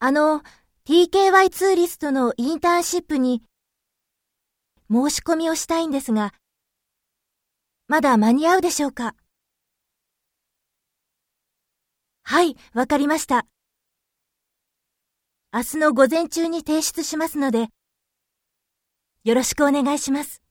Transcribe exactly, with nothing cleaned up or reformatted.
あの、ティーケーワイ ツーリストのインターンシップに申し込みをしたいんですが、まだ間に合うでしょうか？はい、わかりました。明日の午前中に提出しますので、よろしくお願いします。